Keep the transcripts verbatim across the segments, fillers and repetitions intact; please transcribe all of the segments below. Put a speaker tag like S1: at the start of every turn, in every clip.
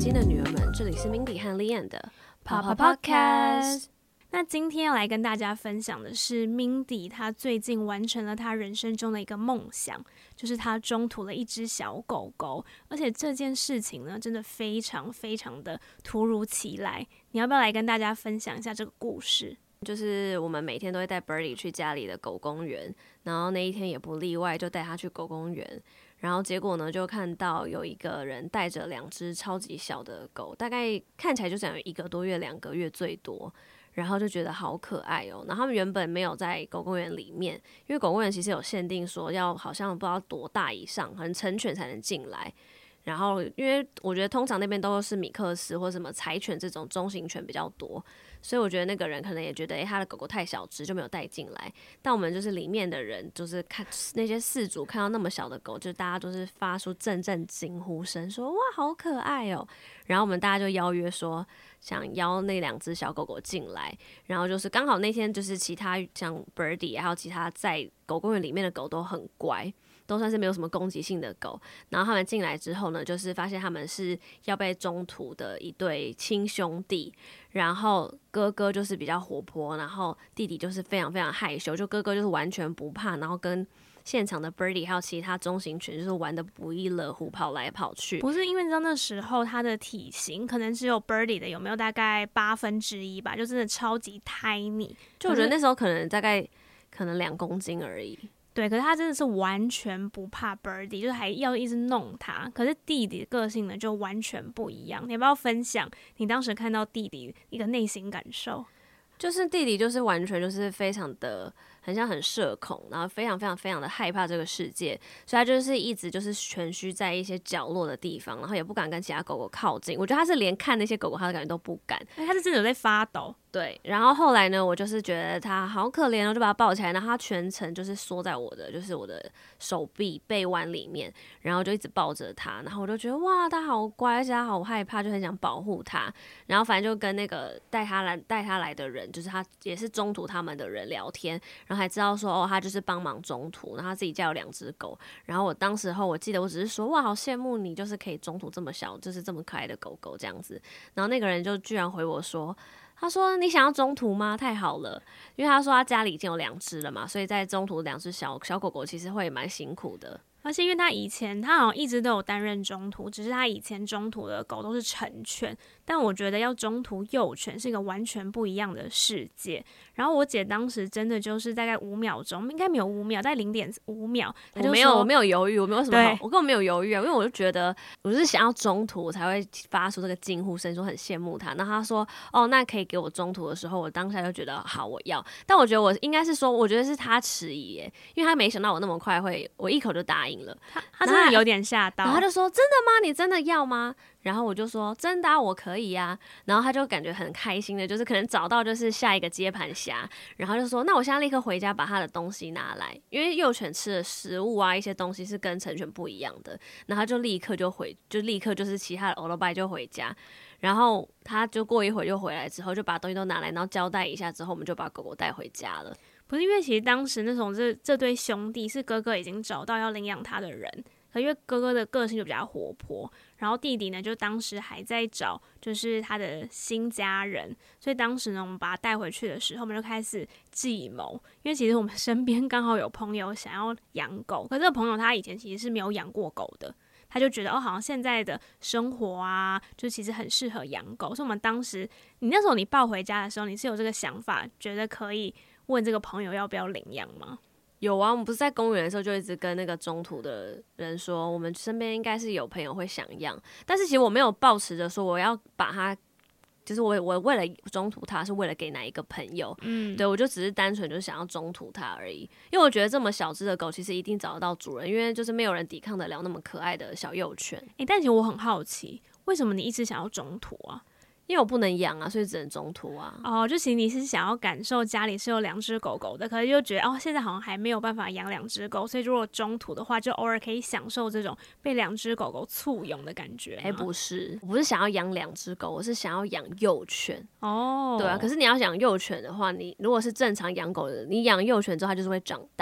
S1: 心的女儿们，这里是 Mindy 和 Lian 的
S2: Papa Podcast。那今天要来跟大家分享的是 Mindy 她最近完成了她人生中的一个梦想，就是她中途了一只小狗狗，而且这件事情呢，真的非常非常的突如其来。你要不要来跟大家分享一下这个故事？
S1: 就是我们每天都会带 Birdie 去家里的狗公园，然后那一天也不例外，就带他去狗公园。然后结果呢，就看到有一个人带着两只超级小的狗，大概看起来就只有一个多月、两个月最多。然后就觉得好可爱哦。然后他们原本没有在狗公园里面，因为狗公园其实有限定说要好像不知道多大以上，可能成犬才能进来。然后因为我觉得通常那边都是米克斯或什么柴犬这种中型犬比较多，所以我觉得那个人可能也觉得诶他的狗狗太小只就没有带进来。但我们就是里面的人就是看那些饲主看到那么小的狗，就大家都是发出阵阵惊呼声说哇好可爱哦。然后我们大家就邀约说想邀那两只小狗狗进来，然后就是刚好那天就是其他像 Birdie 还有其他在狗公园里面的狗都很乖，都算是没有什么攻击性的狗。然后他们进来之后呢，就是发现他们是要被中途的一对亲兄弟，然后哥哥就是比较活泼，然后弟弟就是非常非常害羞，就哥哥就是完全不怕，然后跟现场的 Birdie 还有其他中型犬就是玩得不亦乐乎，跑来跑去。
S2: 不是因为你知道那时候它的体型可能只有 Birdie 的有没有大概八分之一吧，就真的超级 tiny。
S1: 就我觉得那时候可能大概可能两公斤而已。
S2: 对，可是他真的是完全不怕 Birdie， 就是还要一直弄他。可是弟弟的个性呢就完全不一样。你要不要分享你当时看到弟弟一个内心感受？
S1: 就是弟弟就是完全就是非常的很像很社恐，然后非常非常非常的害怕这个世界，所以他就是一直就是蜷曲在一些角落的地方，然后也不敢跟其他狗狗靠近。我觉得他是连看那些狗狗他的感觉都不敢，
S2: 他是真的有在发抖。
S1: 对，然后后来呢，我就是觉得他好可怜哦，就把他抱起来，然后他全程就是缩在我的就是我的手臂背弯里面，然后就一直抱着他，然后我就觉得哇，他好乖，而且他好害怕，就很想保护他。然后反正就跟那个带他来带他来的人，就是他也是中途他们的人聊天，然后还知道说哦，他就是帮忙中途，然后他自己家有两只狗。然后我当时候我记得我只是说哇，好羡慕你，就是可以中途这么小，就是这么可爱的狗狗这样子。然后那个人就居然回我说。他说你想要中途吗？太好了，因为他说他家里已经有两只了嘛，所以在中途两只小小狗狗其实会蛮辛苦的。
S2: 而且因为他以前他好像一直都有担任中途，只是他以前中途的狗都是成犬，但我觉得要中途幼犬是一个完全不一样的世界。然后我姐当时真的就是大概五秒钟，应该没有五秒，大概零点五秒，她就说
S1: 我没有我没有犹豫，我没有什么好，我根本没有犹豫啊，因为我就觉得我是想要中途我才会发出这个惊呼声，说很羡慕他。然后他说哦，那可以给我中途的时候，我当下就觉得好，我要。但我觉得我应该是说，我觉得是他迟疑耶，因为他没想到我那么快会，我一口就答应了。
S2: 他, 他真的有点吓到，
S1: 然后他就说真的吗？你真的要吗？然后我就说真的啊，我可以啊。然后他就感觉很开心的，就是可能找到就是下一个接盘侠，然后就说那我现在立刻回家把他的东西拿来，因为幼犬吃的食物啊一些东西是跟成犬不一样的。然后他就立刻就回，就立刻就是其他的欧罗拜就回家。然后他就过一会就回来之后，就把东西都拿来，然后交代一下之后，我们就把狗狗带回家了。
S2: 不是因为其实当时那种这这对兄弟是哥哥已经找到要领养他的人，可因为哥哥的个性就比较活泼，然后弟弟呢就当时还在找就是他的新家人，所以当时呢我们把他带回去的时候，我们就开始计谋，因为其实我们身边刚好有朋友想要养狗，可是这个朋友他以前其实是没有养过狗的。他就觉得哦，好像现在的生活啊，就其实很适合养狗，所以我们当时，你那时候你抱回家的时候，你是有这个想法，觉得可以问这个朋友要不要领养吗？
S1: 有啊，我们不是在公园的时候就一直跟那个中途的人说，我们身边应该是有朋友会想养，但是其实我没有抱持着说我要把它。就是我我为了中途它是为了给哪一个朋友，嗯，对我就只是单纯就想要中途它而已，因为我觉得这么小只的狗其实一定找得到主人，因为就是没有人抵抗得了那么可爱的小幼犬。
S2: 欸，但其实我很好奇，为什么你一直想要中途啊？
S1: 因为我不能养啊，所以只能中途啊。
S2: 哦，就其实你是想要感受家里是有两只狗狗的，可是就觉得哦，现在好像还没有办法养两只狗，所以如果中途的话，就偶尔可以享受这种被两只狗狗簇拥的感觉。
S1: 哎、欸，不是，我不是想要养两只狗，我是想要养幼犬。
S2: 哦，
S1: 对啊，可是你要养幼犬的话，你如果是正常养狗的，你养幼犬之后，它就是会长大。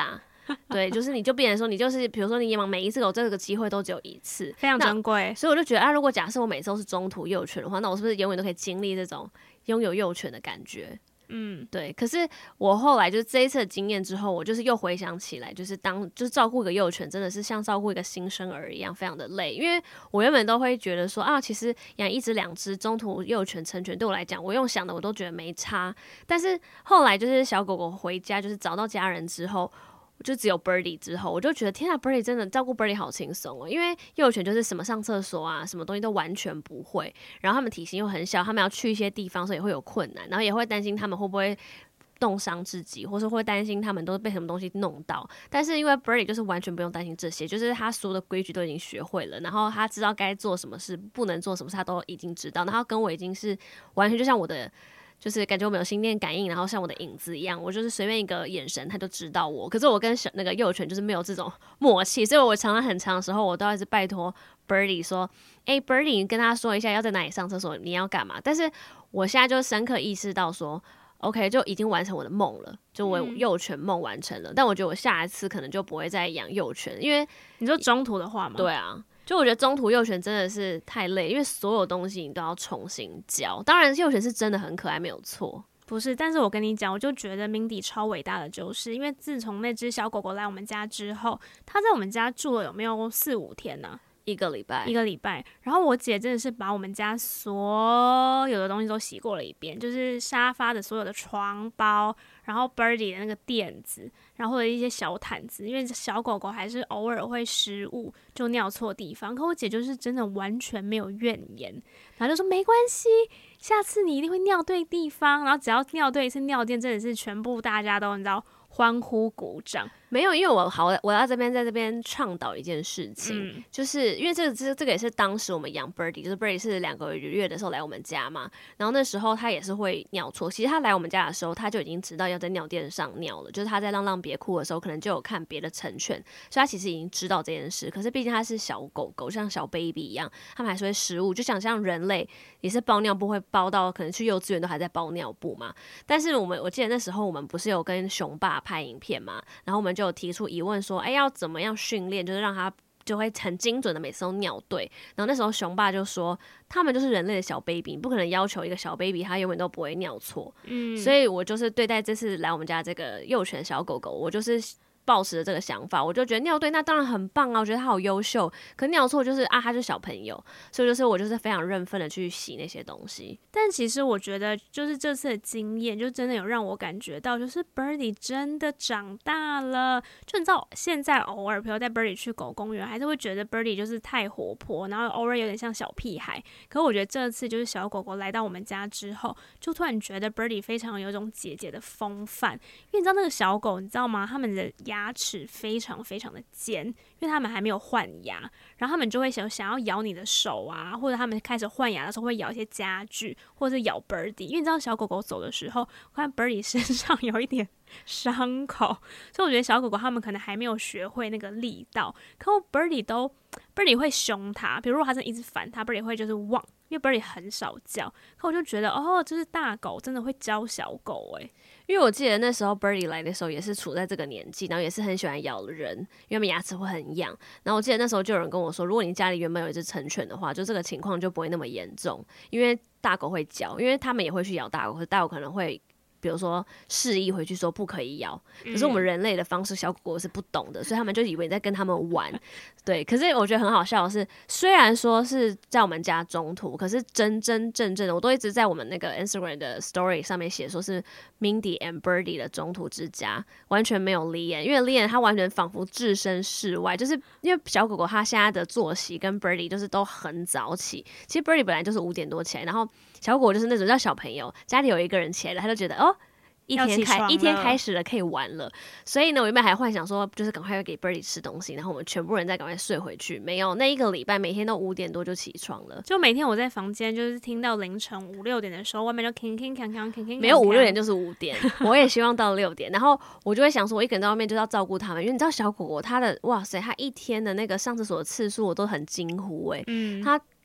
S1: 对，就是你就变成说你就是比如说你养每一次狗这个机会都只有一次，
S2: 非常珍贵。
S1: 所以我就觉得啊，如果假设我每次都是中途幼犬的话，那我是不是永远都可以经历这种拥有幼犬的感觉？嗯，对。可是我后来就是这一次的经验之后，我就是又回想起来，就是当就是照顾一个幼犬，真的是像照顾一个新生儿一样，非常的累。因为我原本都会觉得说啊，其实养一只、两只中途幼犬、成犬对我来讲，我用想的我都觉得没差。但是后来就是小狗狗回家，就是找到家人之后。就只有 Birdie 之后，我就觉得天啊 ，Birdie 真的照顾 Birdie 好轻松哦，因为幼犬就是什么上厕所啊，什么东西都完全不会，然后他们体型又很小，他们要去一些地方，所以也会有困难，然后也会担心他们会不会冻伤自己，或是会担心他们都被什么东西弄到。但是因为 Birdie 就是完全不用担心这些，就是他所有的规矩都已经学会了，然后他知道该做什么事，不能做什么事，他都已经知道，然后跟我已经是完全就像我的。就是感觉我们有心电感应，然后像我的影子一样，我就是随便一个眼神，他就知道我。可是我跟小那个幼犬就是没有这种默契，所以我常常很长的时候，我都要一直拜托 Birdie 说：“哎、欸、，Birdie， 你跟他说一下要在哪里上厕所，你要干嘛？”但是我现在就深刻意识到说 ，OK， 就已经完成我的梦了，就我幼犬梦完成了。嗯、但我觉得我下一次可能就不会再养幼犬，因为
S2: 你说中途的话吗？
S1: 对啊。就我觉得中途幼犬真的是太累，因为所有东西你都要重新教。当然，幼犬是真的很可爱，没有错。
S2: 不是，但是我跟你讲，我就觉得 Mindy 超伟大的，就是因为自从那只小狗狗来我们家之后，它在我们家住了有没有四五天呢、啊？
S1: 一个礼拜，
S2: 一个礼拜。然后我姐真的是把我们家所有的东西都洗过了一遍，就是沙发的所有的床包，然后 Birdie 的那个垫子，然后或者一些小毯子，因为小狗狗还是偶尔会失误，就尿错地方。可我姐就是真的完全没有怨言，然后就说没关系，下次你一定会尿对地方。然后只要尿对一次尿垫，真的是全部大家都你知道欢呼鼓掌。
S1: 没有，因为我好，我要这边在这边倡导一件事情，嗯、就是因为这个这这个也是当时我们养 Birdie， 就是 Birdie 是两个月的时候来我们家嘛，然后那时候他也是会尿错。其实他来我们家的时候，他就已经知道要在尿垫上尿了，就是他在浪浪别哭的时候，可能就有看别的成犬，所以他其实已经知道这件事。可是毕竟他是小狗狗，像小 baby 一样，他们还是会失误，就想像人类也是包尿布会包到可能去幼稚园都还在包尿布嘛。但是我们我记得那时候我们不是有跟熊爸拍影片嘛，然后我们就有提出疑问说，哎，要怎么样训练，就是让他就会很精准的每次都尿对。然后那时候熊爸就说，他们就是人类的小 baby， 你不可能要求一个小 baby 他永远都不会尿错。嗯，所以我就是对待这次来我们家这个幼犬小狗狗，我就是抱持的这个想法，我就觉得尿对那当然很棒啊，我觉得他好优秀。可尿错就是啊，他就是小朋友，所以就是我就是非常认份的去洗那些东西。
S2: 但其实我觉得，就是这次的经验，就真的有让我感觉到，就是 Birdie 真的长大了。就你知道，现在偶尔，比如带 Birdie 去狗公园，还是会觉得 Birdie 就是太活泼，然后偶尔有点像小屁孩。可我觉得这次就是小狗狗来到我们家之后，就突然觉得 Birdie 非常有一种姐姐的风范。因为你知道那个小狗，你知道吗？他们的牙牙齿非常非常的尖，因为他们还没有换牙，然后他们就会想想要咬你的手啊，或者他们开始换牙的时候会咬一些家具，或者是咬 Birdie。因为你知道小狗狗走的时候，我看 Birdie 身上有一点伤口，所以我觉得小狗狗他们可能还没有学会那个力道。可我 Birdie 都 Birdie 会凶它，比如如果它真的一直烦它 ，Birdie 会就是汪，因为 Birdie 很少叫。可我就觉得哦，就是大狗真的会教小狗诶、欸。
S1: 因为我记得那时候 Birdie 来的时候也是处在这个年纪，然后也是很喜欢咬人，因为他们牙齿会很痒。然后我记得那时候就有人跟我说，如果你家里原本有一只成犬的话，就这个情况就不会那么严重，因为大狗会叫，因为他们也会去咬大狗，可是大狗可能会比如说示意回去说不可以咬，可是我们人类的方式小狗狗是不懂的，所以他们就以为你在跟他们玩。对，可是我觉得很好笑的是，虽然说是在我们家中途，可是真真正正的我都一直在我们那个 Instagram 的 story 上面写说是 Mindy and Birdie 的中途之家，完全没有 Lian， 因为 Lian 他完全仿佛置身事外，就是因为小狗狗它现在的作息跟 Birdie 就是都很早起，其实 Birdie 本来就是五点多起来，然后小狗就是那种叫小朋友，家里有一个人起来了，他就觉得哦。一天开一天开始了，可以玩了。所以呢，我原本还幻想说，就是赶快要给 Birdie 吃东西，然后我们全部人再赶快睡回去。没有，那一个礼拜每天都五点多就起床了。
S2: 就每天我在房间，就是听到凌晨五六点的时候，外面就铿铿锵锵铿铿。
S1: 没有五六点就是五点，我也希望到六点。然后我就会想说，我一个人在外面就要照顾他们，因为你知道小狗狗它的哇塞，它一天的那个上厕所的次数我都很惊呼哎、欸，嗯，它。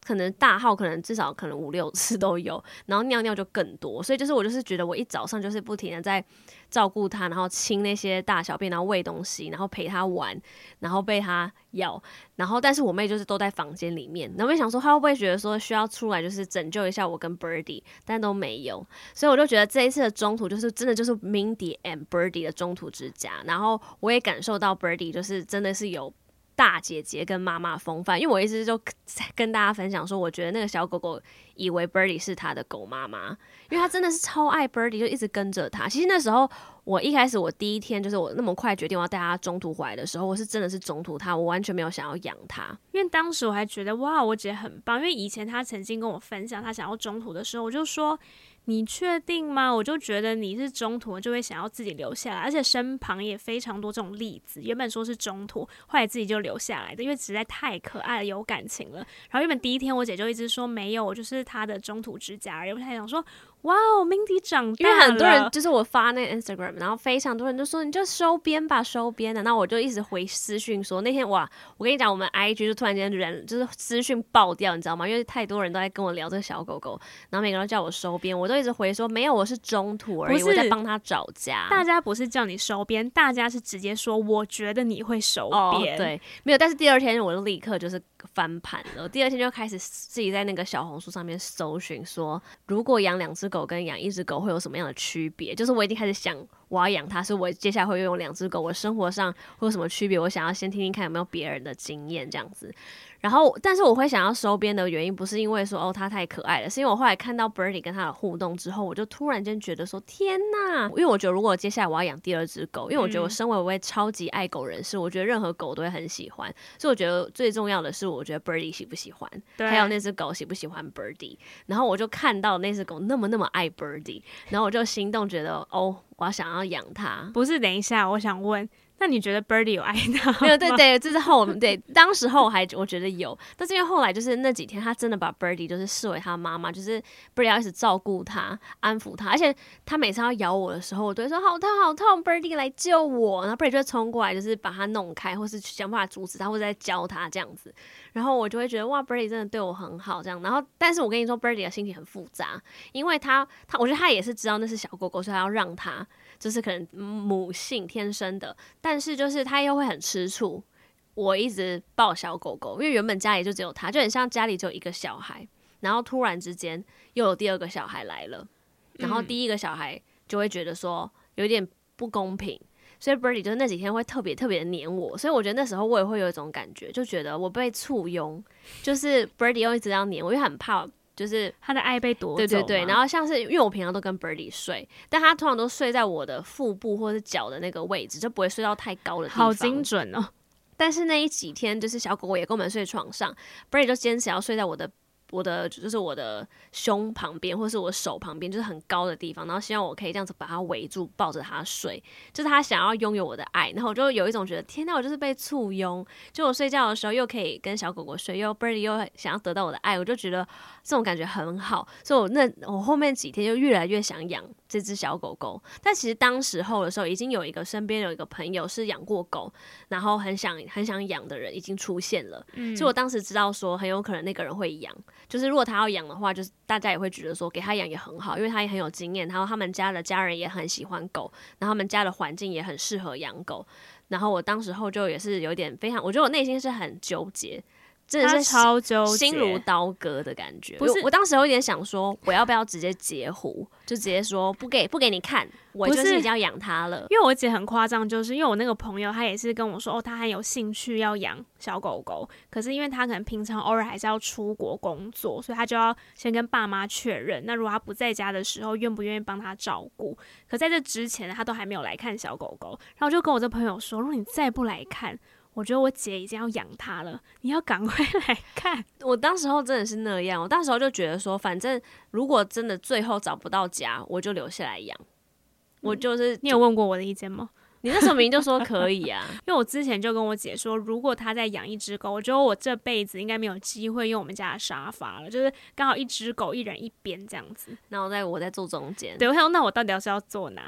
S1: 可能大号可能至少可能五六次都有，然后尿尿就更多，所以就是我就是觉得我一早上就是不停的在照顾他，然后清那些大小便，然后喂东西，然后陪他玩，然后被他咬，然后但是我妹就是都在房间里面，然后我就想说她会不会觉得说需要出来就是拯救一下我跟 Birdie， 但都没有，所以我就觉得这一次的中途就是真的就是 Mindy and Birdie 的中途之家，然后我也感受到 Birdie 就是真的是有大姐姐跟妈妈风范，因为我一直就跟大家分享说，我觉得那个小狗狗以为 Birdie 是他的狗妈妈，因为他真的是超爱 Birdie， 就一直跟着他。其实那时候我一开始我第一天就是我那么快决定我要带他中途回来的时候，我是真的是中途他，我完全没有想要养他，
S2: 因为当时我还觉得哇，我姐很棒，因为以前她曾经跟我分享她想要中途的时候，我就说。你确定吗？我就觉得你是中途就会想要自己留下来，而且身旁也非常多这种例子。原本说是中途，后来自己就留下来的，因为实在太可爱了，有感情了。然后原本第一天我姐就一直说没有，我就是她的中途之家。然后我才想说，哇哦 ，Mindy 长大了。
S1: 因为很多人就是我发那个 Instagram， 然后非常多人就说你就收编吧，收编的。然后我就一直回私讯说那天哇，我跟你讲，我们 I G 就突然间人就是私讯爆掉，你知道吗？因为太多人都在跟我聊这个小狗狗，然后每个人都叫我收编，我都一直回说没有，我是中途而已，我在帮他找家。
S2: 大家不是叫你收编，大家是直接说我觉得你会收编。
S1: 哦，对，没有。但是第二天我就立刻就是翻盘了，第二天就开始自己在那个小红书上面搜寻说，如果养两只狗跟养一只狗会有什么样的区别？就是我已经开始想我要养它，所以我接下来会用两只狗，我生活上会有什么区别？我想要先听听看有没有别人的经验这样子。然后，但是我会想要收编的原因，不是因为说哦它太可爱了，是因为我后来看到 Birdie 跟它的互动之后，我就突然间觉得说天哪！因为我觉得如果接下来我要养第二只狗，因为我觉得我身为一位超级爱狗人士，我觉得任何狗都会很喜欢，所以我觉得最重要的是，我觉得 Birdie 喜不喜欢，还有那只狗喜不喜欢 Birdie。然后我就看到那只狗那么那么爱 Birdie， 然后我就心动，觉得哦，我要想要养它。
S2: 不是，等一下，我想问。那你觉得 Birdie 有爱他吗？
S1: 没有，对对，这是后对，当时候还我觉得有，但是因为后来就是那几天，他真的把 Birdie 就是视为他妈妈，就是 Birdie 要一直照顾他、安抚他，而且他每次要咬我的时候，我都会说好痛好痛 ，Birdie 来救我，然后 Birdie 就会冲过来，就是把他弄开，或是想办法阻止他，或者在教他这样子，然后我就会觉得哇 ，Birdie 真的对我很好这样，然后但是我跟你说 Birdie 的心情很复杂，因为他他我觉得他也是知道那是小狗狗，所以他要让他。就是可能母性天生的，但是就是他又会很吃醋。我一直抱小狗狗，因为原本家里就只有他，就很像家里只有一个小孩，然后突然之间又有第二个小孩来了，然后第一个小孩就会觉得说有点不公平，所以 Birdie 就是那几天会特别特别的黏我，所以我觉得那时候我也会有一种感觉，就觉得我被簇拥，就是 Birdie 又一直要黏我，因为很怕。就是
S2: 他的爱被夺走，
S1: 对对对，然后像是因为我平常都跟 Birdie 睡，但他通常都睡在我的腹部或是脚的那个位置，就不会睡到太高的地方。
S2: 好精准哦！
S1: 但是那一几天，就是小狗狗也跟我们睡床上 ，Birdie 就坚持要睡在我的。我的就是我的胸旁边，或是我手旁边，就是很高的地方，然后希望我可以这样子把它围住，抱着它睡，就是他想要拥有我的爱，然后我就有一种觉得天哪，我就是被簇拥，就我睡觉的时候又可以跟小狗狗睡，又 Birdie 又想要得到我的爱，我就觉得这种感觉很好，所以我那我后面几天就越来越想养这只小狗狗，但其实当时候的时候，已经有一个身边有一个朋友是养过狗，然后很想很想养的人已经出现了，嗯、所以我当时知道说很有可能那个人会养。就是如果他要养的话，就是大家也会觉得说给他养也很好，因为他也很有经验，然后他们家的家人也很喜欢狗，然后他们家的环境也很适合养狗。然后我当时候就也是有点非常，我觉得我内心是很纠结，真的是
S2: 超纠结，
S1: 心如刀割的感觉。
S2: 不是，
S1: 我当时有一点想说，我要不要直接截胡，就直接说不给不给你看，我就是已经要养它了。
S2: 因为我姐很夸张，就是因为我那个朋友，他也是跟我说，哦，他很有兴趣要养小狗狗，可是因为他可能平常偶尔还是要出国工作，所以他就要先跟爸妈确认，那如果他不在家的时候，愿不愿意帮他照顾？可在这之前，他都还没有来看小狗狗，然后我就跟我这朋友说，如果你再不来看。我觉得我姐已经要养它了，你要赶快来看。
S1: 我当时候真的是那样，我当时候就觉得说，反正如果真的最后找不到家，我就留下来养。我就是，
S2: 你有问过我的意见吗？
S1: 你那时候明明就说可以啊，
S2: 因为我之前就跟我姐说，如果她再养一只狗，我觉得我这辈子应该没有机会用我们家的沙发了，就是刚好一只狗一人一边这样子，
S1: 然后在我在坐中间。
S2: 对，我想说那我到底要是要坐哪？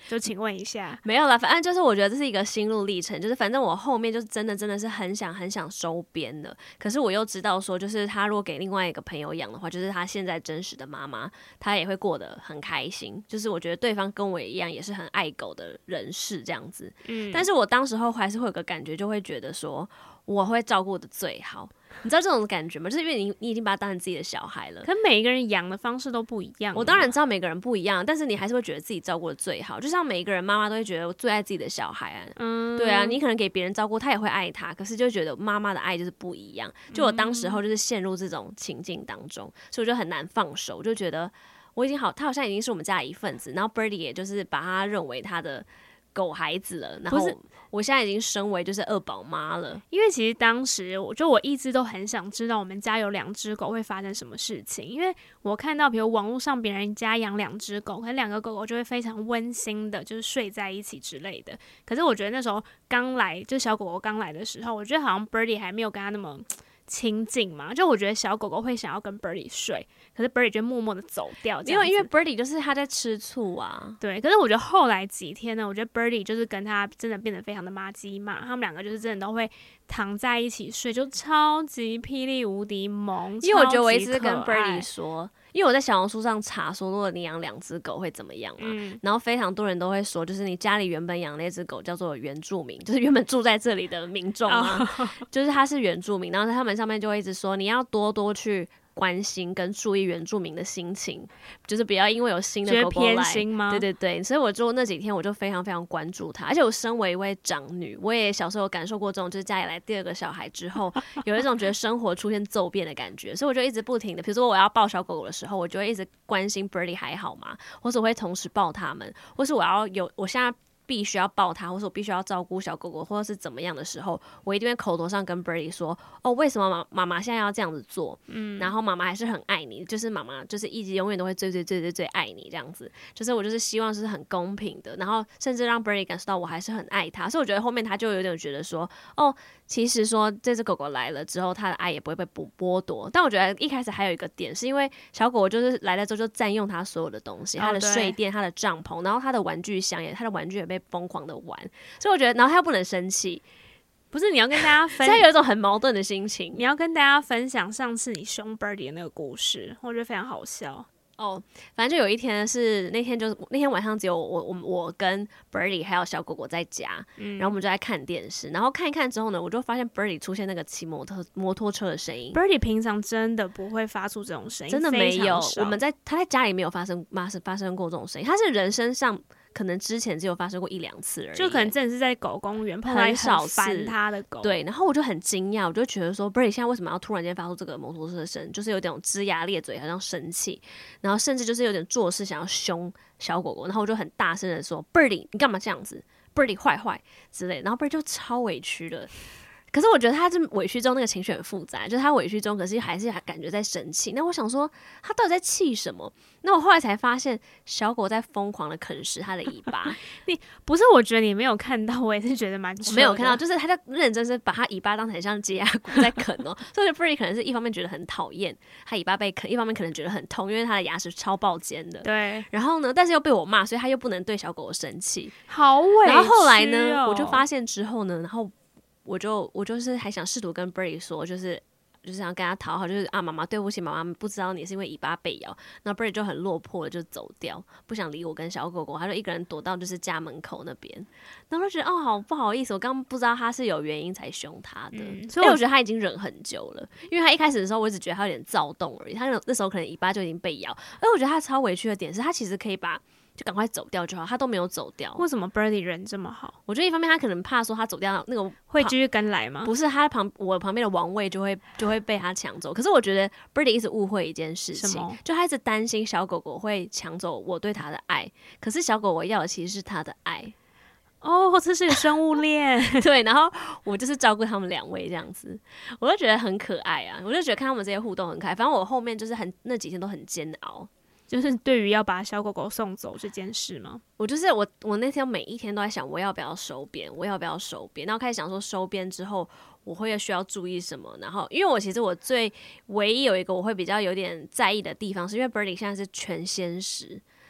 S2: 就请问一下。
S1: 没有啦，反正就是我觉得这是一个心路历程，就是反正我后面就是真的真的是很想很想收编的，可是我又知道说，就是他如果给另外一个朋友养的话，就是他现在真实的妈妈，他也会过得很开心。就是我觉得对方跟我一样也是很爱狗的人士这样子，嗯，但是我当时候还是会有个感觉，就会觉得说我会照顾的最好。你知道这种感觉吗？就是因为你你已经把它当成自己的小孩了，
S2: 可每一个人养的方式都不一样。
S1: 我当然知道每个人不一样，但是你还是会觉得自己照顾的最好。就像每一个人妈妈都会觉得我最爱自己的小孩啊，嗯，对啊，你可能给别人照顾，他也会爱他，可是就觉得妈妈的爱就是不一样。就我当时候就是陷入这种情境当中，所以我就很难放手，就觉得我已经好，他好像已经是我们家的一份子，然后 Birdie 也就是把他认为他的狗孩子了，然后我现在已经升为就是二宝妈了。
S2: 因为其实当时我就我一直都很想知道我们家有两只狗会发生什么事情，因为我看到比如网络上别人家养两只狗，可能两个狗狗就会非常温馨的，就是睡在一起之类的。可是我觉得那时候刚来，就小狗狗刚来的时候，我觉得好像 Birdie 还没有跟他那么亲近嘛，就我觉得小狗狗会想要跟 Birdie 睡，可是 Birdie 就默默的走掉这样子，
S1: 因为因为 Birdie 就是他在吃醋啊。
S2: 对，可是我觉得后来几天呢，我觉得 Birdie 就是跟他真的变得非常的麻吉嘛，他们两个就是真的都会躺在一起睡，就超级霹雳无敌萌。
S1: 因为我觉得我一直跟 Birdie 说，因为我在小红书上查说，如果你养两只狗会怎么样嘛、嗯，然后非常多人都会说，就是你家里原本养那只狗叫做原住民，就是原本住在这里的民众啊， oh. 就是他是原住民，然后他们上面就会一直说你要多多去关心跟注意原住民的心情，就是不要因为有新的狗狗来，
S2: 偏心吗？
S1: 对对对，所以我就那几天我就非常非常关注它，而且我身为一位长女，我也小时候有感受过这种，就是家里来第二个小孩之后，有一种觉得生活出现骤变的感觉，所以我就一直不停的，比如说我要抱小狗狗的时候，我就会一直关心 Birdie 还好吗？或是我会同时抱他们，或是我要有我现在必须要抱它，或是我必须要照顾小狗狗，或者是怎么样的时候，我一定会口头上跟 Birdie 说，哦，为什么妈妈妈现在要这样子做？嗯，然后妈妈还是很爱你，就是妈妈就是一直永远都会最最最最最爱你这样子，就是我就是希望是很公平的，然后甚至让 Birdie 感受到我还是很爱他，所以我觉得后面他就有点觉得说，哦，其实说这只狗狗来了之后，他的爱也不会被剥夺。但我觉得一开始还有一个点，是因为小狗狗就是来了之后就占用他所有的东西，他的睡垫、他的帐篷，然后他的玩具箱也，他的玩具也被疯狂的玩，所以我觉得，然后他又不能生气，
S2: 不是你要跟大家分，
S1: 所以有一种很矛盾的心情。
S2: 你要跟大家分享上次你凶 Birdie 的那个故事，我觉得非常好笑。
S1: 哦，反正就有一天是那天就是那天晚上只有我我我跟 Birdie 还有小狗狗在家、嗯，然后我们就在看电视，然后看一看之后呢，我就发现 Birdie 出现那个骑摩托摩托车的声音。
S2: Birdie 平常真的不会发出这种声音，
S1: 真的没有。我们在他在家里没有发生发生发生过这种声音，他是人身上可能之前只有发生过一两次而已，
S2: 就可能真的是在狗公园碰到很少烦他的狗。
S1: 对，然后我就很惊讶，我就觉得说 Birdie 现在为什么要突然间发出这个摩托车的声，就是有点龇牙咧嘴，好像生气，然后甚至就是有点做事想要凶小狗狗，然后我就很大声的说 Birdie 你干嘛这样子 ，Birdie 坏坏之类的，然后 Birdie 就超委屈了。可是我觉得他这委屈中那个情绪很复杂，就是他委屈中，可是还是感觉在生气。那我想说，他到底在气什么？那我后来才发现，小狗在疯狂的啃食他的尾巴。
S2: 你不是？我觉得你没有看到，我也是觉得蛮
S1: 没有看到，就是他在认真是把他尾巴当成像接牙骨在啃哦。所以 Birdie 可能是一方面觉得很讨厌他尾巴被啃，一方面可能觉得很痛，因为他的牙齿超爆尖的。
S2: 对。
S1: 然后呢，但是又被我骂，所以他又不能对小狗狗生气，
S2: 好委屈哦。
S1: 然后后来呢，我就发现之后呢，然后。我就我就是还想试图跟 Birdie 说，就是就是想跟他讨好，就是啊妈妈对不起，妈妈不知道你是因为尾巴被咬，然后 Birdie 就很落魄的就走掉，不想理我跟小狗狗，他就一个人躲到就是家门口那边，然后就觉得哦好不好意思，我刚刚不知道他是有原因才凶他的，嗯、所以我觉得他已经忍很久了，因为他一开始的时候我只觉得他有点躁动而已，他那时候可能尾巴就已经被咬，而我觉得他超委屈的点是他其实可以把。就赶快走掉就好，他都没有走掉。
S2: 为什么 Birdie 人这么好？
S1: 我觉得一方面他可能怕说他走掉那个
S2: 会继续跟来吗？
S1: 不是，他旁我旁边的王位就会就会被他抢走。可是我觉得 Birdie 一直误会一件事情，就他一直担心小狗狗会抢走我对他的爱，可是小狗狗要的其实是他的爱。
S2: 哦，这是个生物链。
S1: 对，然后我就是照顾他们两位这样子，我就觉得很可爱啊，我就觉得看他们这些互动很可爱。反正我后面就是很那几天都很煎熬。
S2: 就是对于要把小狗狗送走这件事吗？
S1: 我就是我，我那天每一天都在想，我要不要收编，我要不要收编。然后开始想说，收编之后我会需要注意什么。然后，因为我其实我最唯一有一个我会比较有点在意的地方，是因为 Birdie 现在是全鲜食，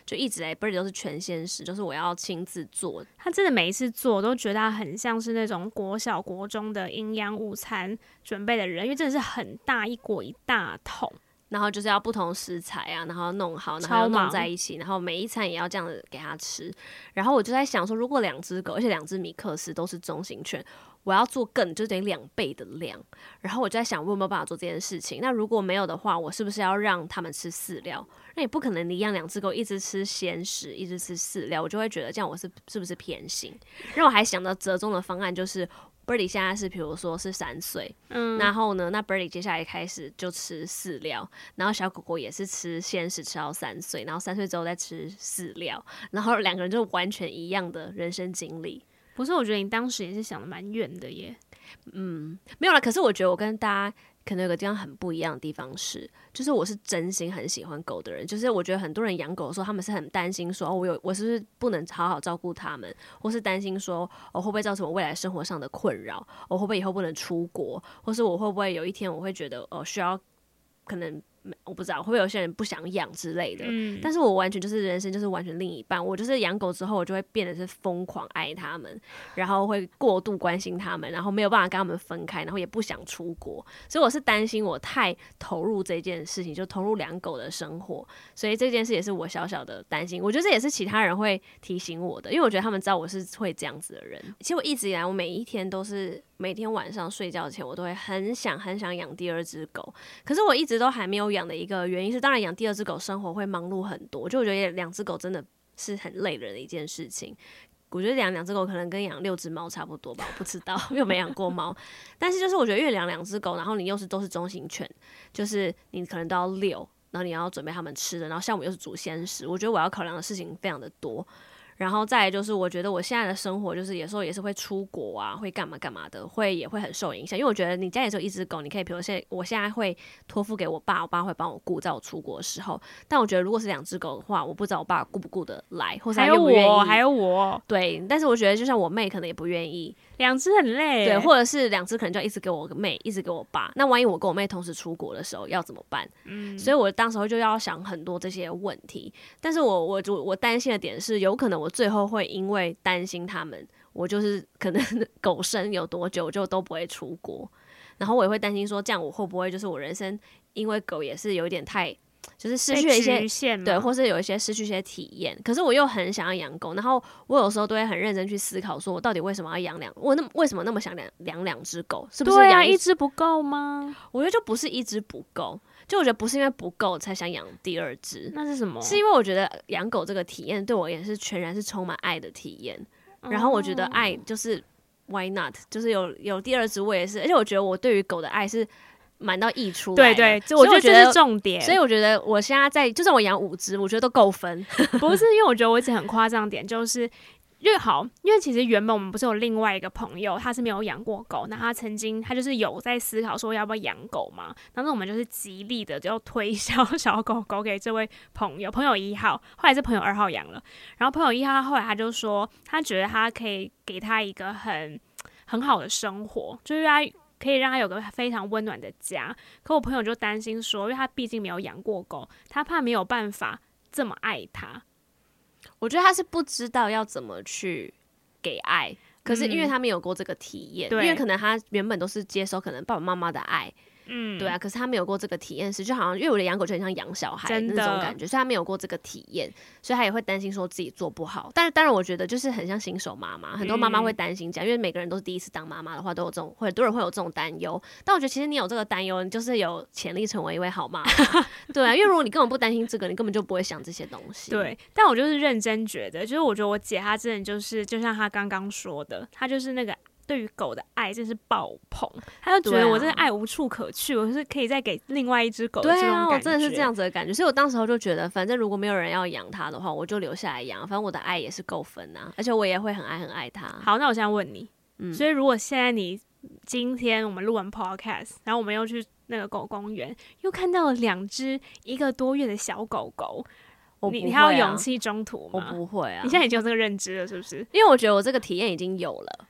S1: 就一直来 Birdy 都是全鲜食，就是我要亲自做。
S2: 他真的每一次做，我都觉得他很像是那种国小国中的营养午餐准备的人，因为真的是很大一锅一大桶。
S1: 然后就是要不同食材啊，然后弄好，然后要弄在一起，然后每一餐也要这样子给他吃。然后我就在想说，如果两只狗，而且两只米克斯都是中型犬，我要做更就等于两倍的量。然后我就在想，我有没有办法做这件事情？那如果没有的话，我是不是要让他们吃饲料？那也不可能，你养两只狗一直吃鲜食，一直吃饲料，我就会觉得这样我是是不是偏心？然后我还想到折中的方案就是。Birdy 现在是比如说是三岁，嗯，然后呢，那 Birdy 接下来开始就吃饲料，然后小狗狗也是吃鲜食吃到三岁，然后三岁之后再吃饲料，然后两个人就完全一样的人生经历。
S2: 不是，我觉得你当时也是想的蛮远的耶。
S1: 嗯，没有啦，可是我觉得我跟大家可能有个地方很不一样的地方是，就是我是真心很喜欢狗的人，就是我觉得很多人养狗的时候，他们是很担心说，哦，我有我是不是不能好好照顾他们，或是担心说，哦，会不会造成我未来生活上的困扰，我会不会以后不能出国，或是我会不会有一天我会觉得，哦，需要可能。我不知道会不会有些人不想养之类的、嗯、但是我完全就是人生就是完全另一半，我就是养狗之后我就会变得是疯狂爱他们，然后会过度关心他们，然后没有办法跟他们分开，然后也不想出国，所以我是担心我太投入这件事情，就投入养狗的生活，所以这件事也是我小小的担心，我觉得这也是其他人会提醒我的，因为我觉得他们知道我是会这样子的人。其实我一直以来我每一天都是每天晚上睡觉前我都会很想很想养第二只狗，可是我一直都还没有养的一个原因是，当然养第二只狗生活会忙碌很多，就我觉得两只狗真的是很累人的一件事情。我觉得养两只狗可能跟养六只猫差不多吧，我不知道，因为我没养过猫。但是就是我觉得，因为养两只狗，然后你又是都是中型犬，就是你可能都要遛，然后你要准备它们吃的，然后像我又是煮鲜食，我觉得我要考量的事情非常的多。然后再来就是我觉得我现在的生活就是有时候也是会出国啊，会干嘛干嘛的，会也会很受影响，因为我觉得你家里只有一只狗，你可以比如现在我现在会托付给我爸，我爸会帮我顾在我出国的时候，但我觉得如果是两只狗的话，我不知道我爸顾不顾得来，或者他愿不愿意，
S2: 还有我还有我
S1: 对，但是我觉得就像我妹可能也不愿意，
S2: 两只很累，
S1: 对，或者是两只可能就要一直给我妹，一直给我爸，那万一我跟我妹同时出国的时候要怎么办？嗯，所以我当时候就要想很多这些问题，但是我我我担心的点是，有可能我最后会因为担心他们，我就是可能狗生有多久就都不会出国，然后我也会担心说，这样我会不会就是我人生因为狗也是有点太。就是失去了一些对，或是有一些失去一些体验。可是我又很想要养狗，然后我有时候都会很认真去思考，说我到底为什么要养两？我那为什么那么想养养两只狗？是不是养
S2: 一,、啊、一只不够吗？
S1: 我觉得就不是一只不够，就我觉得不是因为不够才想养第二只。
S2: 那是什么？
S1: 是因为我觉得养狗这个体验对我也是全然是充满爱的体验。然后我觉得爱就是 why not， 就是有有第二只我也是，而且我觉得我对于狗的爱是。满到溢出来，
S2: 对对，我觉得这是重点。
S1: 所以我觉得我现在在，就算我养五只，我觉得都够分。
S2: 不是，因为我觉得我一直很夸张点，就是因为好，因为其实原本我们不是有另外一个朋友，他是没有养过狗，那他曾经他就是有在思考说要不要养狗嘛，然后我们就是极力的就推销小狗狗给这位朋友，朋友一号，后来是朋友二号养了，然后朋友一号后来他就说，他觉得他可以给他一个很很好的生活，就是他。可以让他有个非常温暖的家，可我朋友就担心说，因为他毕竟没有养过狗，他怕没有办法这么爱他。
S1: 我觉得他是不知道要怎么去给爱，可是因为他没有过这个体验、嗯，因为可能他原本都是接收可能爸爸妈妈的爱。嗯，对啊，可是他没有过这个体验是，就好像因为我的养狗就很像养小孩那种感觉，所以他没有过这个体验，所以他也会担心说自己做不好。但是当然，我觉得就是很像新手妈妈，很多妈妈会担心这样、嗯，因为每个人都是第一次当妈妈的话，都有这种，很多人会有这种担忧。但我觉得其实你有这个担忧，你就是有潜力成为一位好妈妈。对啊，因为如果你根本不担心这个，你根本就不会想这些东西。
S2: 对，但我就是认真觉得，就是我觉得我姐她真的就是就像她刚刚说的，她就是那个。对于狗的爱真是爆棚，他就觉得我真的爱无处可去，我是可以再给另外一只狗的这种感觉。
S1: 对啊，我真的是这样子的感觉，所以我当时候就觉得，反正如果没有人要养它的话，我就留下来养，反正我的爱也是够分啊，而且我也会很爱很爱它。
S2: 好，那我现在问你，嗯，所以如果现在你今天我们录完 podcast， 然后我们又去那个狗公园，又看到了两只一个多月的小狗狗。
S1: 我不会啊、
S2: 你你还有勇气中途吗？
S1: 我不会啊！
S2: 你现在已经有这个认知了，是不是？
S1: 因为我觉得我这个体验已经有了。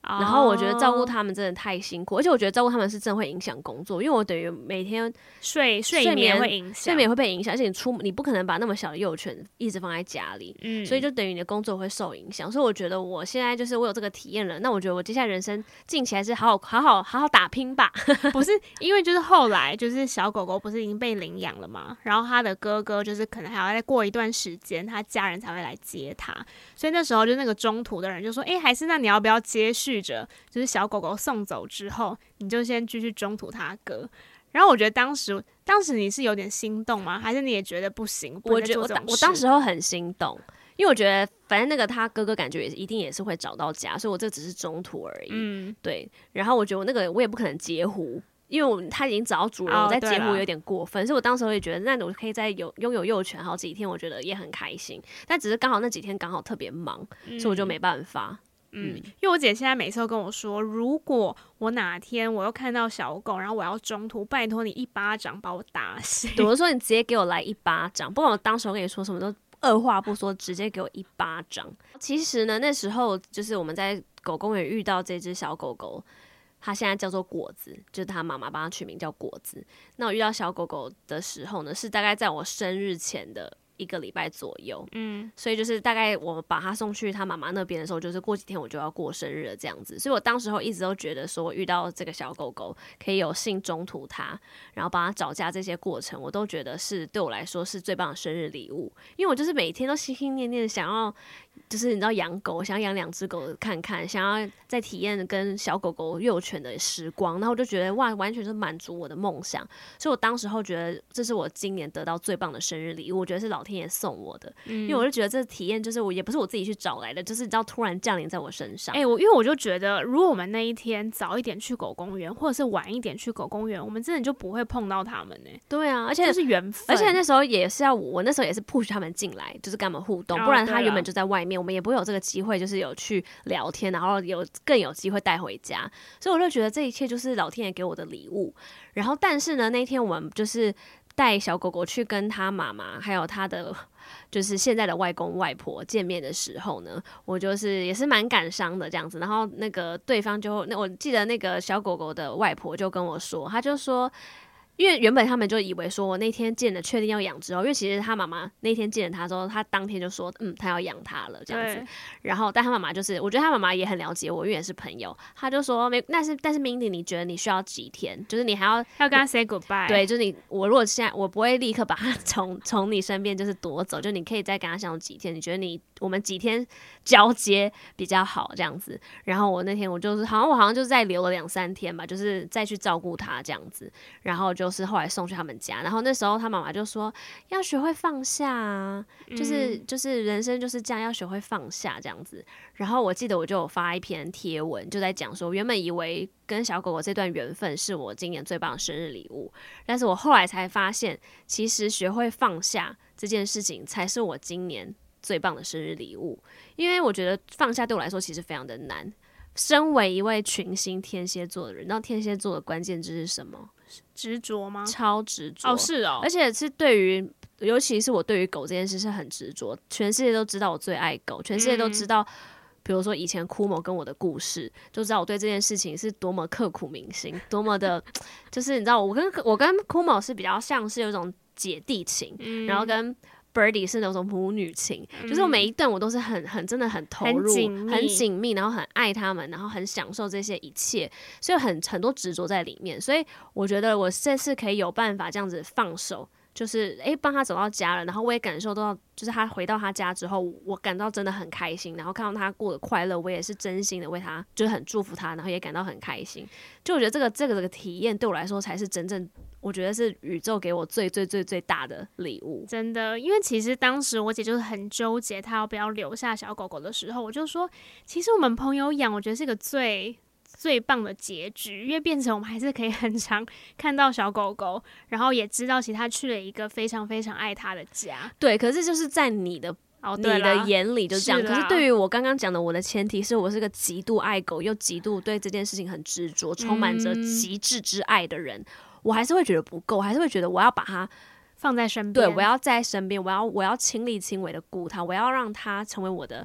S2: 哦、
S1: 然后我觉得照顾他们真的太辛苦，而且我觉得照顾他们是真的会影响工作，因为我等于每天
S2: 睡睡眠会影响，
S1: 睡眠会被影响，而且你出你不可能把那么小的幼犬一直放在家里，
S2: 嗯，
S1: 所以就等于你的工作会受影响。所以我觉得我现在就是我有这个体验了，那我觉得我接下来人生近期还是好好好好好好打拼吧。
S2: 不是因为就是后来就是小狗狗不是已经被领养了嘛，然后他的哥哥就是可能还要再过一段时间，他家人才会来接他，所以那时候就那个中途的人就说，哎、欸，还是那你要不要接续着，就是小狗狗送走之后，你就先继续中途他哥。然后我觉得当时当时你是有点心动吗？还是你也觉得不行？不
S1: 我觉得我当我当时候很心动，因为我觉得反正那个他哥哥感觉也是一定也是会找到家，所以我这只是中途而已。嗯，对。然后我觉得我那个我也不可能截胡，因为我他已经找到主人，
S2: 哦、
S1: 我在截胡有点过分，所以我当时也觉得那我可以再有拥有幼犬好几天，我觉得也很开心。但只是刚好那几天刚好特别忙，嗯、所以我就没办法。
S2: 嗯，因为我姐现在每次都跟我说，如果我哪天我又看到小狗，然后我要中途，拜托你一巴掌把我打醒。
S1: 我就说你直接给我来一巴掌，不管我当时我跟你说什么都二话不说，直接给我一巴掌。其实呢，那时候就是我们在狗公园遇到这只小狗狗，它现在叫做果子，就是它妈妈帮它取名叫果子。那我遇到小狗狗的时候呢，是大概在我生日前的一个礼拜左右，嗯，所以就是大概我把他送去他妈妈那边的时候，就是过几天我就要过生日了这样子，所以我当时候一直都觉得说，我遇到这个小狗狗可以有幸中途它，然后帮它找家这些过程，我都觉得是对我来说是最棒的生日礼物，因为我就是每天都心心念念想要，就是你知道养狗，想要养两只狗看看，想要再体验跟小狗狗幼犬的时光，然后我就觉得哇，完全是满足我的梦想，所以我当时候觉得这是我今年得到最棒的生日礼物，我觉得是老天爷送我的，嗯、因为我就觉得这个体验就是我也不是我自己去找来的，就是你知道突然降临在我身上。
S2: 哎、欸，我因为我就觉得，如果我们那一天早一点去狗公园，或者是晚一点去狗公园，我们真的就不会碰到他们呢、欸。
S1: 对啊，而且
S2: 就是缘分，
S1: 而且那时候也是要我，我那时候也是 push 他们进来，就是跟他们互动，
S2: 哦、
S1: 不然他原本就在外面，我们也不会有这个机会，就是有去聊天，然后有更有机会带回家。所以我就觉得这一切就是老天爷给我的礼物。然后，但是呢，那天我们就是带小狗狗去跟他妈妈还有他的就是现在的外公外婆见面的时候呢，我就是也是蛮感伤的这样子。然后那个对方就那我记得那个小狗狗的外婆就跟我说，他就说。因为原本他们就以为说我那天见了确定要养之后，因为其实他妈妈那天见了他之后，他当天就说嗯他要养他了这样子。然后但他妈妈就是我觉得他妈妈也很了解我，因为也是朋友，他就说没但是但是 Mindy 你觉得你需要几天，就是你还要
S2: 要跟他 say goodbye，
S1: 对，就是你我如果现在我不会立刻把他从从你身边就是夺走，就你可以再跟他相处几天，你觉得你我们几天交接比较好这样子。然后我那天我就是好像我好像就是再留了两三天吧，就是再去照顾他这样子，然后就就是后来送去他们家，然后那时候他妈妈就说要学会放下啊，就是就是人生就是这样，要学会放下这样子。然后我记得我就有发一篇贴文，就在讲说，原本以为跟小狗狗这段缘分是我今年最棒的生日礼物，但是我后来才发现，其实学会放下这件事情才是我今年最棒的生日礼物。因为我觉得放下对我来说其实非常的难。身为一位群星天蝎座的人，你知道天蝎座的关键字是什么？
S2: 执着吗？
S1: 超执着
S2: 哦，是哦，
S1: 而且是对于，尤其是我对于狗这件事是很执着。全世界都知道我最爱狗，全世界都知道，嗯、比如说以前库某跟我的故事，就知道我对这件事情是多么刻骨铭心，多么的，就是你知道，我跟我跟库某是比较像是有一种姐弟情，嗯、然后跟。Birdie 是那种母女情，嗯、就是我每一段我都是很很真的很投入，很紧密，然后很爱他们，然后很享受这些一切，所以很很多执着在里面。所以我觉得我这次可以有办法这样子放手，就是诶帮他走到家了，然后我也感受到，就是他回到他家之后，我感到真的很开心，然后看到他过得快乐，我也是真心的为他，就是很祝福他，然后也感到很开心。就我觉得这个这个这个体验对我来说才是真正。我觉得是宇宙给我最最最最大的礼物，
S2: 真的。因为其实当时我姐就是很纠结，她要不要留下小狗狗的时候，我就说，其实我们朋友养，我觉得是个最最棒的结局，因为变成我们还是可以很常看到小狗狗，然后也知道其实他去了一个非常非常爱他的家。
S1: 对，可是就是在你的。哦、你的眼里就这样，是可是对于我刚刚讲的，我的前提是我是个极度爱狗又极度对这件事情很执着、充满着极致之爱的人，嗯、我还是会觉得不够，还是会觉得我要把它
S2: 放在身边，
S1: 对，我要在身边，我要我要亲力亲为的顾它，我要让它成为我的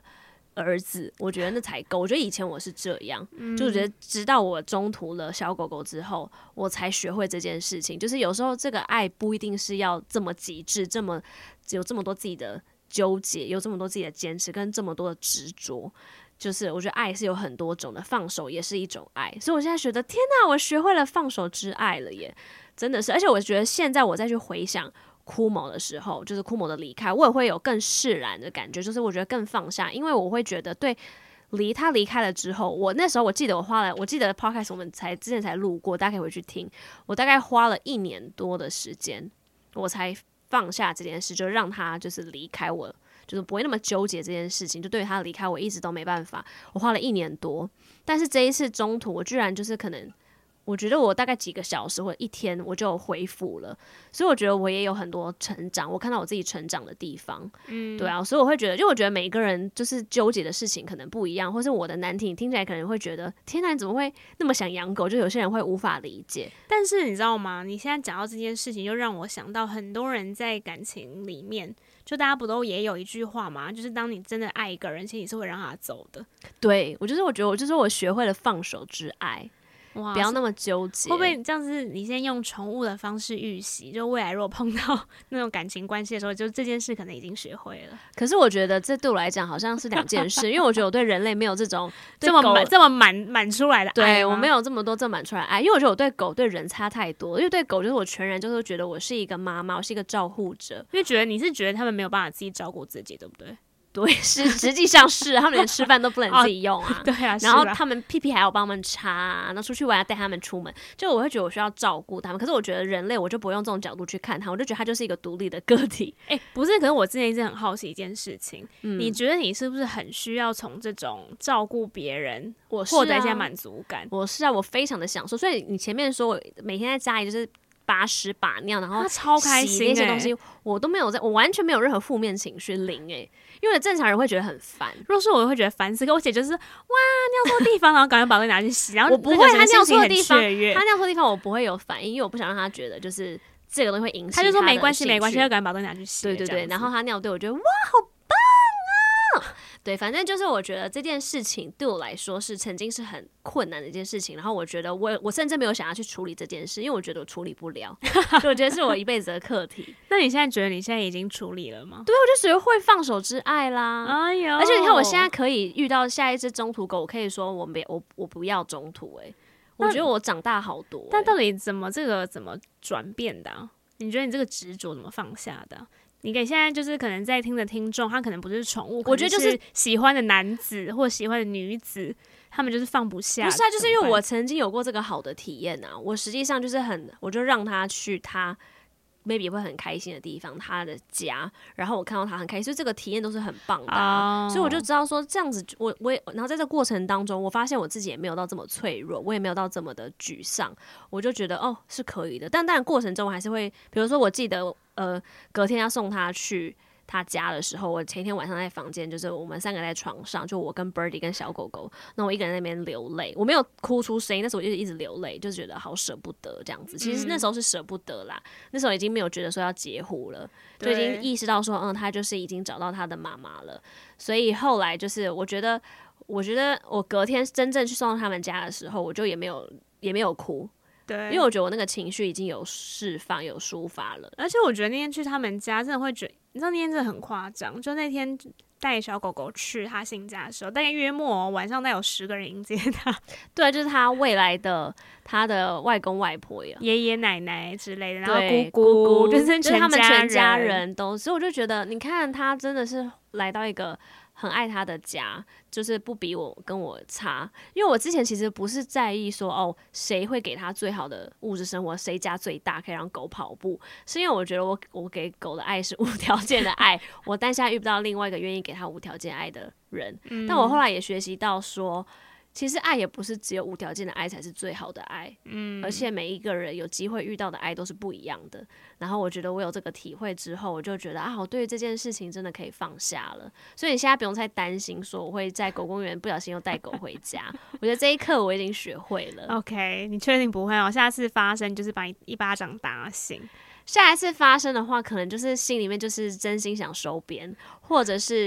S1: 儿子，我觉得那才够。我觉得以前我是这样，嗯、就我觉得直到我中途了小狗狗之后，我才学会这件事情。就是有时候这个爱不一定是要这么极致，这么有这么多自己的纠结，有这么多自己的坚持，跟这么多的执着。就是我觉得爱是有很多种的，放手也是一种爱。所以我现在觉得，天哪，我学会了放手之爱了耶，真的是。而且我觉得现在我再去回想枯某的时候，就是枯某的离开，我也会有更释然的感觉，就是我觉得更放下，因为我会觉得对离他离开了之后，我那时候我记得我花了，我记得 podcast 我们才之前才录过，大家可以回去听，我大概花了一年多的时间，我才放下这件事，就让他就是离开我，就是不会那么纠结这件事情，就对于他离开我一直都没办法，我花了一年多，但是这一次中途我居然就是可能。我觉得我大概几个小时或者一天我就恢复了，所以我觉得我也有很多成长，我看到我自己成长的地方，嗯，对啊，所以我会觉得，就我觉得每一个人就是纠结的事情可能不一样，或是我的难题听起来可能会觉得，天哪，你怎么会那么想养狗？就有些人会无法理解。
S2: 但是你知道吗？你现在讲到这件事情，就让我想到很多人在感情里面，就大家不都也有一句话嘛，就是当你真的爱一个人，其实你是会让他走的。
S1: 对，我就是我觉得我就是我学会了放手之爱。
S2: 哇，
S1: 不要那么纠结。
S2: 会不会这样子？你先用宠物的方式预习，就未来如果碰到那种感情关系的时候，就这件事可能已经学会了。
S1: 可是我觉得这对我来讲好像是两件事，因为我觉得我对人类没有这种
S2: 这么满、这么满满出来的爱。
S1: 对我没有这么多这么满出来的爱，因为我觉得我对狗对人差太多。因为对狗就是我全然就是觉得我是一个妈妈，我是一个照护者，
S2: 因为觉得你是觉得他们没有办法自己照顾自己，对不对？
S1: 对，是实际上是他们连吃饭都不能自己用啊，
S2: 哦、对啊，
S1: 然后他们屁屁还要帮他们擦、啊，然后出去玩要带他们出门，就我会觉得我需要照顾他们。可是我觉得人类我就不用这种角度去看他，我就觉得他就是一个独立的个体。
S2: 哎、欸，不是，可是我之前一直很好奇一件事情，嗯、你觉得你是不是很需要从这种照顾别人获得一些满足感？
S1: 我是啊，我非常的享受。所以你前面说我每天在家里就是把屎把尿，然后
S2: 超开心、
S1: 欸、那些东西，我都没有在，我完全没有任何负面情绪，零哎、欸。因为正常人会觉得很烦，
S2: 如果是我会觉得烦死。可我姐就是哇尿错地方，然后赶快把东西拿去洗。然后
S1: 我不会，她尿错地方，
S2: 她
S1: 尿错地方我不会有反应，因为我不想让她觉得就是这个东西会引起她的。
S2: 她就说没关系没关系，要赶快把东西拿去洗。
S1: 对对对，然后她尿对我觉得哇好棒啊！对，反正就是我觉得这件事情对我来说是曾经是很困难的一件事情，然后我觉得我我甚至没有想要去处理这件事，因为我觉得我处理不了，所以我觉得是我一辈子的课题。
S2: 那你现在觉得你现在已经处理了吗？
S1: 对，我就学会放手之爱啦。
S2: 哎呦，
S1: 而且你看我现在可以遇到下一只中途狗，我可以说我没我我不要中途、欸，哎，我觉得我长大好多、欸。
S2: 但到底怎么这个怎么转变的、啊？你觉得你这个执着怎么放下的、啊？你给现在就是可能在听的听众，他可能不是宠物，
S1: 我觉得就是
S2: 喜欢的男子或喜欢的女子，他们就是放不下。
S1: 不是啊，就是因为我曾经有过这个好的体验啊，我实际上就是很，我就让他去他 maybe 会很开心的地方，他的家，然后我看到他很开心，所以这个体验都是很棒的、啊 oh. 所以我就知道说这样子，我我也，然后在这个过程当中，我发现我自己也没有到这么脆弱，我也没有到这么的沮丧，我就觉得哦是可以的，但当然过程中我还是会，比如说我记得呃隔天要送他去他家的时候，我前一天晚上在房间，就是我们三个在床上，就我跟 Birdie 跟小狗狗，那我一个人在那边流泪，我没有哭出声音，那时候我就一直流泪，就是觉得好舍不得这样子。其实那时候是舍不得啦，那时候已经没有觉得说要截胡了，就已经意识到说，嗯，他就是已经找到他的妈妈了。所以后来就是我觉得，我觉得我隔天真正去送到他们家的时候，我就也没有也没有哭。
S2: 对，
S1: 因为我觉得我那个情绪已经有释放、有抒发了，
S2: 而且我觉得那天去他们家真的会觉得，你知道那天真的很夸张。就那天带小狗狗去他新家的时候，大概约莫晚上大概有十个人迎接他。
S1: 对，就是他未来的他的外公外婆呀、
S2: 爷爷奶奶之类的，然后
S1: 姑
S2: 姑
S1: 姑，
S2: 就是全
S1: 就是他们全家
S2: 人
S1: 人都，所以我就觉得，你看他真的是来到一个很爱他的家，就是不比我跟我差。因为我之前其实不是在意说哦谁会给他最好的物质生活，谁家最大可以让狗跑步，是因为我觉得我我给狗的爱是无条件的爱，我但现在遇不到另外一个愿意给他无条件爱的人。嗯、但我后来也学习到说，其实爱也不是只有无条件的爱才是最好的爱，嗯，而且每一个人有机会遇到的爱都是不一样的。然后我觉得我有这个体会之后，我就觉得啊，我对于这件事情真的可以放下了。所以你现在不用再担心说我会在狗公园不小心又带狗回家。我觉得这一刻我已经学会了。
S2: OK， 你确定不会哦？下次发生就是把你一巴掌打醒。
S1: 下一次发生的话，可能就是心里面就是真心想收编，或者是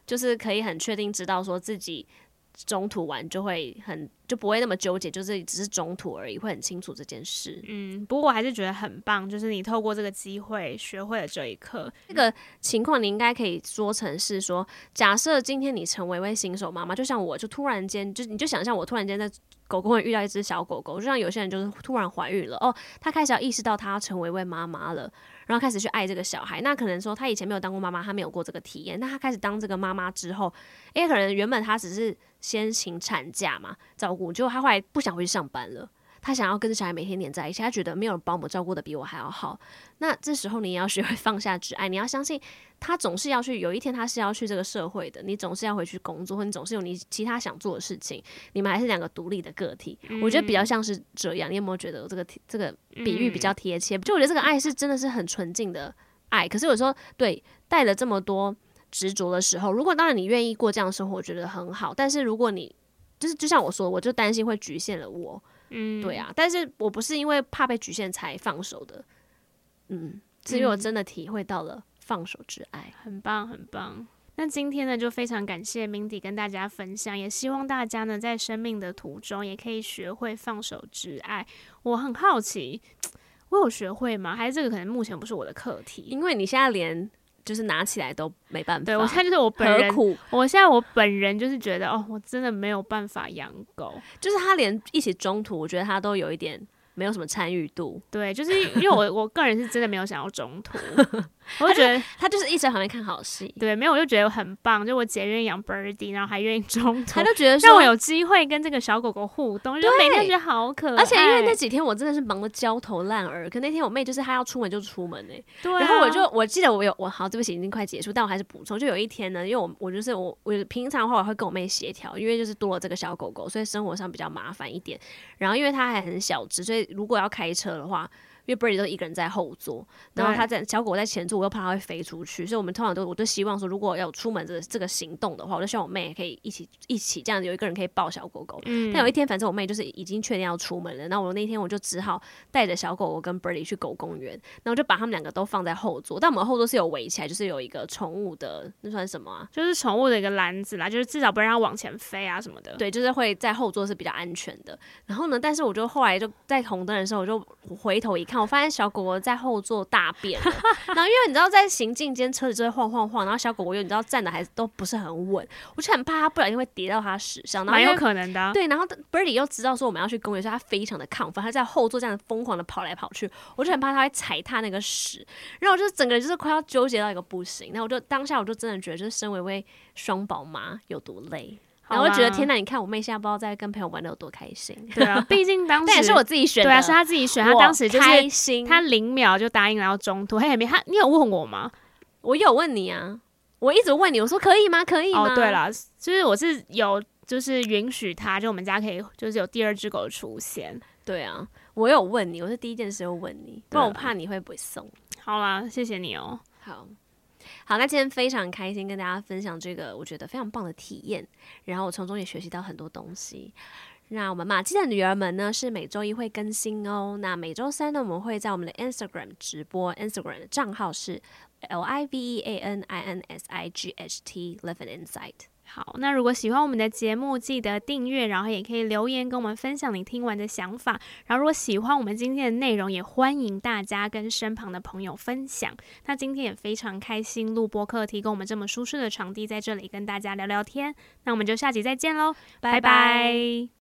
S1: 就是可以很确定知道说自己中途完就会很就不会那么纠结，就是只是中途而已，会很清楚这件事。
S2: 嗯，不过我还是觉得很棒，就是你透过这个机会学会了这一课。
S1: 这个情况你应该可以说成是说，假设今天你成为一位新手妈妈，就像我就突然间就你就想象我突然间在狗狗园遇到一只小狗狗，就像有些人就是突然怀孕了哦，她开始要意识到她要成为一位妈妈了，然后开始去爱这个小孩。那可能说她以前没有当过妈妈，她没有过这个体验，那她开始当这个妈妈之后，诶，可能原本她只是先请产假嘛照顾，结果她后来不想回去上班了。他想要跟小孩每天黏在一起，他觉得没有保姆照顾的比我还要好。那这时候你也要学会放下挚爱，你要相信他总是要去，有一天他是要去这个社会的，你总是要回去工作，或你总是有你其他想做的事情，你们还是两个独立的个体。嗯、我觉得比较像是这样，你有没有觉得这个这个比喻比较贴切？就我觉得这个爱是真的是很纯净的爱，可是有时候对带了这么多执着的时候，如果当然你愿意过这样的生活，我觉得很好。但是如果你就是就像我说，我就担心会局限了我。嗯，对啊，但是我不是因为怕被局限才放手的，嗯，是因为我真的体会到了放手之爱，
S2: 很棒很棒。那今天呢，就非常感谢 Mindy 跟大家分享，也希望大家呢在生命的途中也可以学会放手之爱。我很好奇，我有学会吗？还是这个可能目前不是我的课题？
S1: 因为你现在连就是拿起来都没办法。
S2: 对，我现在就是我本人，我现在我本人就是觉得，哦，我真的没有办法养狗。
S1: 就是他连一起中途，我觉得他都有一点没有什么参与度。
S2: 对，就是因为我我个人是真的没有想要中途，我就觉得
S1: 他就是一直在旁边看好戏。
S2: 对，没有我就觉得很棒，就我姐愿意养 Birdie， 然后还愿意中途，
S1: 他就觉得说
S2: 让我有机会跟这个小狗狗互动，就每天觉得好可爱。
S1: 而且因为那几天我真的是忙得焦头烂额，可那天我妹就是她要出门就出门哎、欸，
S2: 对、啊，
S1: 然后我就我记得我有我好对不起已经快结束，但我还是补充，就有一天呢，因为我我就是我我平常的话我会跟我妹协调，因为就是多了这个小狗狗，所以生活上比较麻烦一点。然后因为它还很小只，所以如果要开车的话。因为 Birdie 都一个人在后座，然后他在小狗在前座，我又怕它会飞出去，所以我们通常都我都希望说，如果要出门这个这个行动的话，我就希望我妹也可以一起一起这样有一个人可以抱小狗狗。嗯、但有一天，反正我妹就是已经确定要出门了，那我那天我就只好带着小狗狗跟 Birdie 去狗公园，然后就把他们两个都放在后座，但我们后座是有围起来，就是有一个宠物的那算什么啊？
S2: 就是宠物的一个篮子啦，就是至少不让它往前飞啊什么的。
S1: 对，就是会在后座是比较安全的。然后呢，但是我就后来就在红灯的时候，我就回头一看，我发现小狗狗在后座大便了，然后因为你知道在行进间车子就会晃晃晃，然后小狗狗又你知道站的还都不是很稳，我就很怕它不小心会跌到它屎上，
S2: 蛮有可能的、啊。
S1: 对，然后 Birdie 又知道说我们要去公园，所以它非常的亢奋，它在后座这样疯狂的跑来跑去，我就很怕它会踩踏那个屎，然后我就整个人就是快要纠结到一个不行，然后我就当下我就真的觉得，就是身为一位双宝妈有多累。然后我就觉得天哪，你看我妹现在不知道在跟朋友玩的有多开心。
S2: 对啊，毕竟当时
S1: 但也是我自己选的。
S2: 对啊，是她自己选，她当时就是
S1: 开心，
S2: 她零秒就答应了要中途。还没她，你有问我吗？
S1: 我有问你啊，我一直问你，我说可以吗？可以吗？
S2: 哦，对了，就是我是有就是允许她，就我们家可以就是有第二只狗的出现。
S1: 对啊，我有问你，我是第一件事就问你，不然我怕你会不会送。
S2: 好啦，谢谢你哦。
S1: 好。好，那今天非常开心跟大家分享这个我觉得非常棒的体验，然后我从中也学习到很多东西。那我们马姬的女儿们呢是每周一会更新哦，那每周三呢我们会在我们的 Instagram 直播， Instagram 的账号是 L I V E A N I N S I G H T Live an Insight。
S2: 好，那如果喜欢我们的节目，记得订阅，然后也可以留言跟我们分享你听完的想法。然后如果喜欢我们今天的内容，也欢迎大家跟身旁的朋友分享。那今天也非常开心，录播客提供我们这么舒适的场地，在这里跟大家聊聊天。那我们就下集再见喽，拜拜。